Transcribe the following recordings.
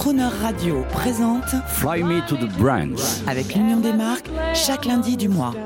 Crooner Radio présente Fly Me to the Brands. avec l'Union des marques chaque lundi du mois.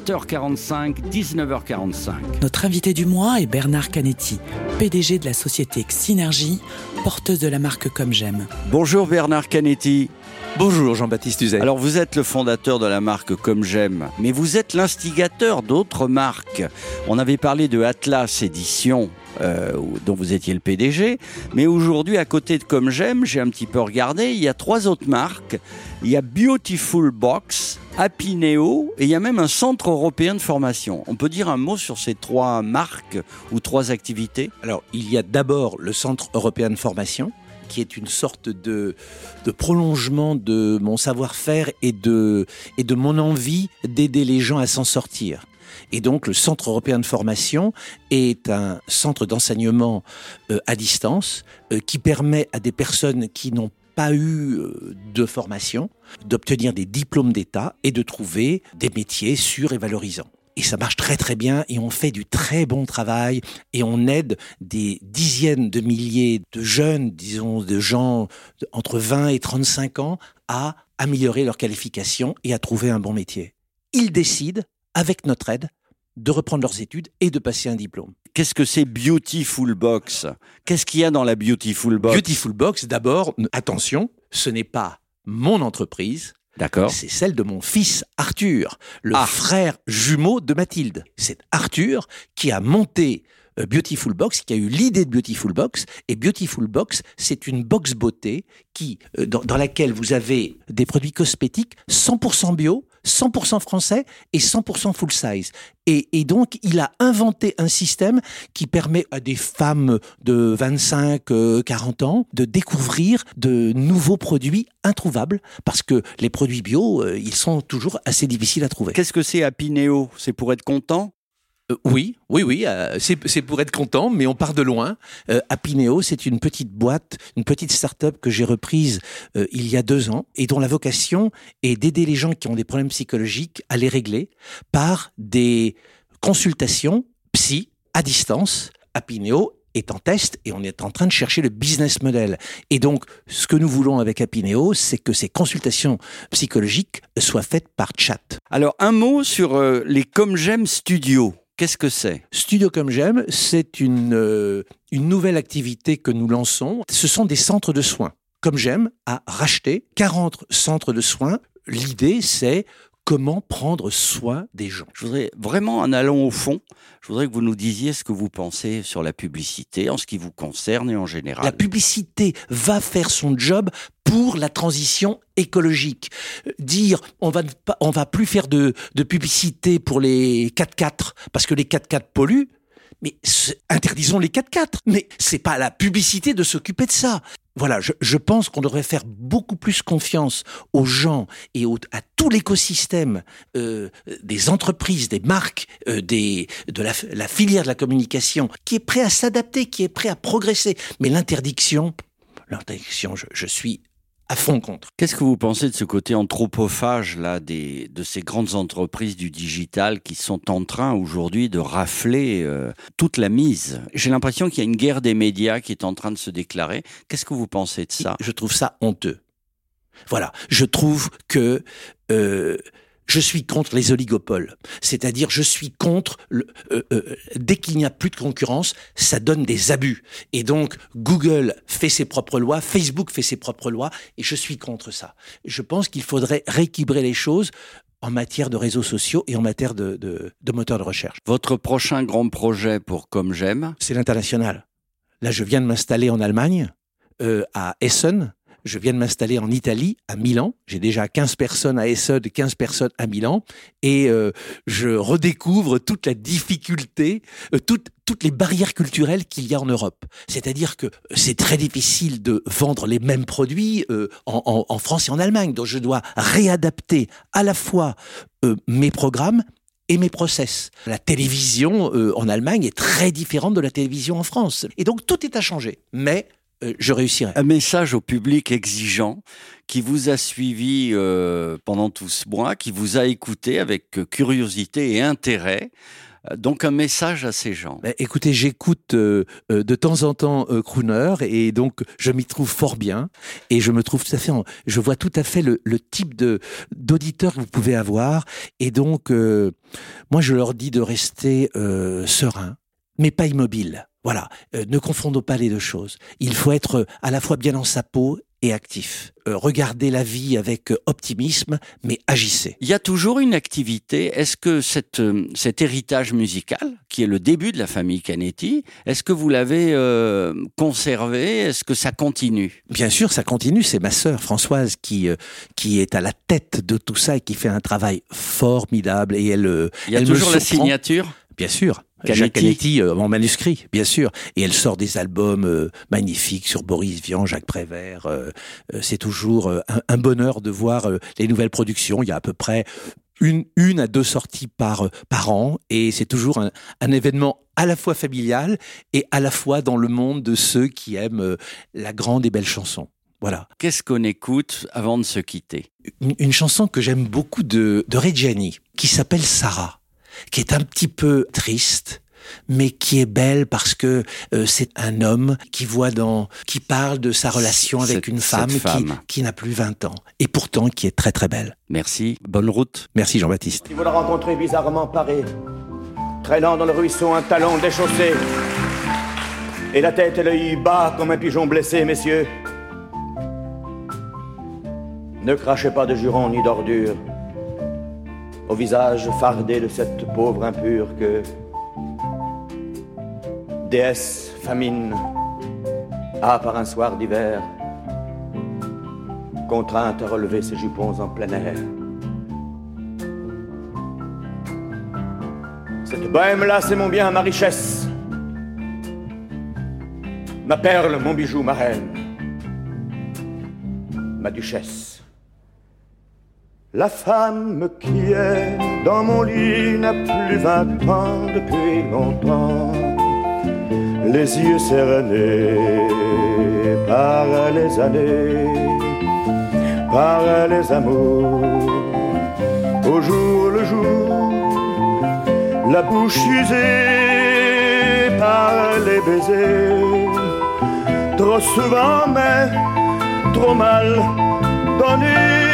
7h45, 19h45. Notre invité du mois est Bernard Canetti, PDG de la société Xynergie, porteuse de la marque Comme J'aime. Bonjour Bernard Canetti. Bonjour Jean-Baptiste Uzet. Alors vous êtes le fondateur de la marque Comme J'aime, mais vous êtes l'instigateur d'autres marques. On avait parlé de Atlas Éditions, dont vous étiez le PDG, mais aujourd'hui à côté de Comme J'aime, j'ai un petit peu regardé, il y a 3 autres marques. Il y a Beautiful Box, Happy Neo et il y a même un centre européen de formation. On peut dire un mot sur ces 3 marques ou 3 activités ? Alors, il y a d'abord le Centre européen de formation, qui est une sorte de prolongement de mon savoir-faire et de mon envie d'aider les gens à s'en sortir. Et donc, le Centre européen de formation est un centre d'enseignement à distance qui permet à des personnes qui n'ont pas eu de formation d'obtenir des diplômes d'État et de trouver des métiers sûrs et valorisants. Et ça marche très très bien et on fait du très bon travail et on aide des dizaines de milliers de jeunes, disons de gens entre 20 et 35 ans à améliorer leur qualification et à trouver un bon métier. Ils décident, avec notre aide, de reprendre leurs études et de passer un diplôme. Qu'est-ce que c'est Beautiful Box ? Qu'est-ce qu'il y a dans la Beautiful Box ? Beautiful Box, d'abord, attention, ce n'est pas mon entreprise. D'accord. C'est celle de mon fils Arthur, le frère jumeau de Mathilde. C'est Arthur qui a monté Beautiful Box, qui a eu l'idée de Beautiful Box. Et Beautiful Box, c'est une box beauté dans laquelle vous avez des produits cosmétiques 100% bio, 100% français et 100% full size. Et donc, il a inventé un système qui permet à des femmes de 25-40 ans de découvrir de nouveaux produits introuvables parce que les produits bio, ils sont toujours assez difficiles à trouver. Qu'est-ce que c'est Happy Neo ? C'est pour être content ? Oui, c'est pour être content, mais on part de loin. Happy Neo, c'est une petite boîte, une petite start-up que j'ai reprise il y a 2 ans et dont la vocation est d'aider les gens qui ont des problèmes psychologiques à les régler par des consultations psy à distance. Happy Neo est en test et on est en train de chercher le business model. Et donc, ce que nous voulons avec Happy Neo, c'est que ces consultations psychologiques soient faites par chat. Alors, un mot sur les Comme J'aime Studios. Qu'est-ce que c'est ? Studio Comme J'aime, c'est une nouvelle activité que nous lançons. Ce sont des centres de soins. Comme J'aime a racheté 40 centres de soins. L'idée, c'est comment prendre soin des gens. Je voudrais vraiment, en allant au fond, je voudrais que vous nous disiez ce que vous pensez sur la publicité, en ce qui vous concerne et en général. La publicité va faire son job pour la transition écologique. Dire on va plus faire de publicité pour les 4x4 parce que les 4x4 polluent. Mais interdisons les 4x4. Mais c'est pas à la publicité de s'occuper de ça. Voilà, je pense qu'on devrait faire beaucoup plus confiance aux gens et à tout l'écosystème des entreprises, des marques, de la filière de la communication, qui est prêt à s'adapter, qui est prêt à progresser. Mais l'interdiction, je suis à fond contre. Qu'est-ce que vous pensez de ce côté anthropophage là, de ces grandes entreprises du digital qui sont en train aujourd'hui de rafler toute la mise ? J'ai l'impression qu'il y a une guerre des médias qui est en train de se déclarer. Qu'est-ce que vous pensez de ça ? Je trouve ça honteux. Voilà, je trouve que je suis contre les oligopoles. C'est-à-dire, je suis contre dès qu'il n'y a plus de concurrence, ça donne des abus. Et donc, Google fait ses propres lois, Facebook fait ses propres lois, et je suis contre ça. Je pense qu'il faudrait rééquilibrer les choses en matière de réseaux sociaux et en matière de moteurs de recherche. Votre prochain grand projet pour Comme J'aime ? C'est l'international. Là, je viens de m'installer en Allemagne, à Essen. Je viens de m'installer en Italie, à Milan. J'ai déjà 15 personnes à Essen, 15 personnes à Milan. Et je redécouvre toute la difficulté, toutes les barrières culturelles qu'il y a en Europe. C'est-à-dire que c'est très difficile de vendre les mêmes produits en France et en Allemagne. Donc je dois réadapter à la fois mes programmes et mes process. La télévision en Allemagne est très différente de la télévision en France. Et donc tout est à changer. Mais je réussirai. Un message au public exigeant qui vous a suivi pendant tout ce mois, qui vous a écouté avec curiosité et intérêt. Donc un message à ces gens. Écoutez, j'écoute de temps en temps Crooner et donc je m'y trouve fort bien et je me trouve tout à fait, je vois tout à fait le type d'auditeur que vous pouvez avoir et donc moi je leur dis de rester serein, mais pas immobile. Voilà, ne confondons pas les deux choses. Il faut être à la fois bien dans sa peau et actif. Regardez la vie avec optimisme, mais agissez. Il y a toujours une activité. Est-ce que cet héritage musical, qui est le début de la famille Canetti, est-ce que vous l'avez conservé? Est-ce que ça continue? Bien sûr, ça continue. C'est ma sœur Françoise qui est à la tête de tout ça et qui fait un travail formidable. Et elle Il y a elle toujours me la surprend. signature? Bien sûr. Canetti. Jacques Canetti en manuscrit, bien sûr. Et elle sort des albums magnifiques sur Boris Vian, Jacques Prévert. C'est toujours un bonheur de voir les nouvelles productions. Il y a à peu près une à deux sorties par an. Et c'est toujours un événement à la fois familial et à la fois dans le monde de ceux qui aiment la grande et belle chanson. Voilà. Qu'est-ce qu'on écoute avant de se quitter? Une chanson que j'aime beaucoup de Reggiani, qui s'appelle Sarah, qui est un petit peu triste, mais qui est belle parce que c'est un homme qui parle de sa relation avec une femme qui n'a plus 20 ans, et pourtant qui est très très belle. Merci, bonne route. Merci Jean-Baptiste. Si vous la rencontrez bizarrement parée, traînant dans le ruisseau un talon déchaussé, et la tête et l'œil bas comme un pigeon blessé, messieurs, ne crachez pas de jurons ni d'ordures au visage fardé de cette pauvre impure que déesse famine a par un soir d'hiver contrainte à relever ses jupons en plein air. Cette bohème-là, c'est mon bien, ma richesse, ma perle, mon bijou, ma reine, ma duchesse. La femme qui est dans mon lit n'a plus 20 ans depuis longtemps. Les yeux sérénés par les années, par les amours, au jour le jour, la bouche usée par les baisers, trop souvent mais trop mal donné.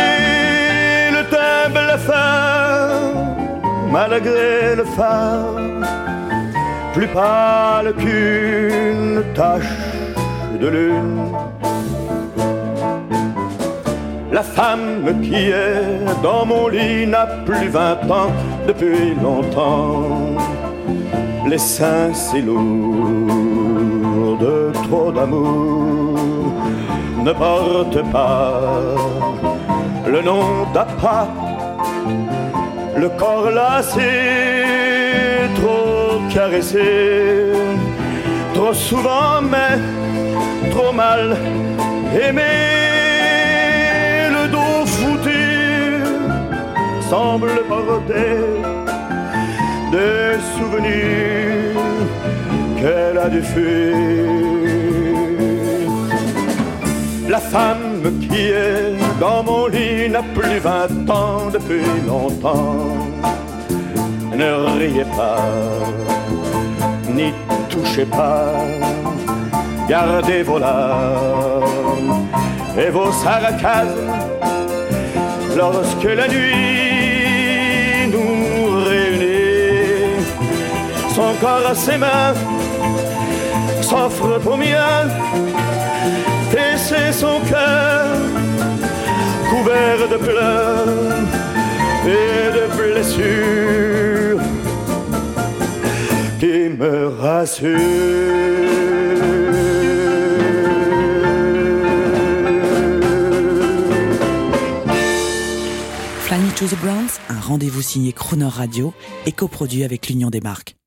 Malgré le phare, plus pâle qu'une tache de lune. La femme qui est dans mon lit n'a plus 20 ans depuis longtemps. Les seins si lourds de trop d'amour ne portent pas le nom d'appât. Le corps lassé, trop caressé, trop souvent mais trop mal aimé. Le dos foutu semble porter des souvenirs qu'elle a dû fuir. La femme qui est dans mon lit n'a plus 20 ans depuis longtemps. Ne riez pas, n'y touchez pas, gardez vos larmes et vos sarcasmes. Lorsque la nuit nous réunit, son corps à ses mains s'offre aux miens, et c'est son cœur couvert de pleurs et de blessures qui me rassure. Fly Me to the Browns, un rendez-vous signé Crooner Radio et coproduit avec l'Union des marques.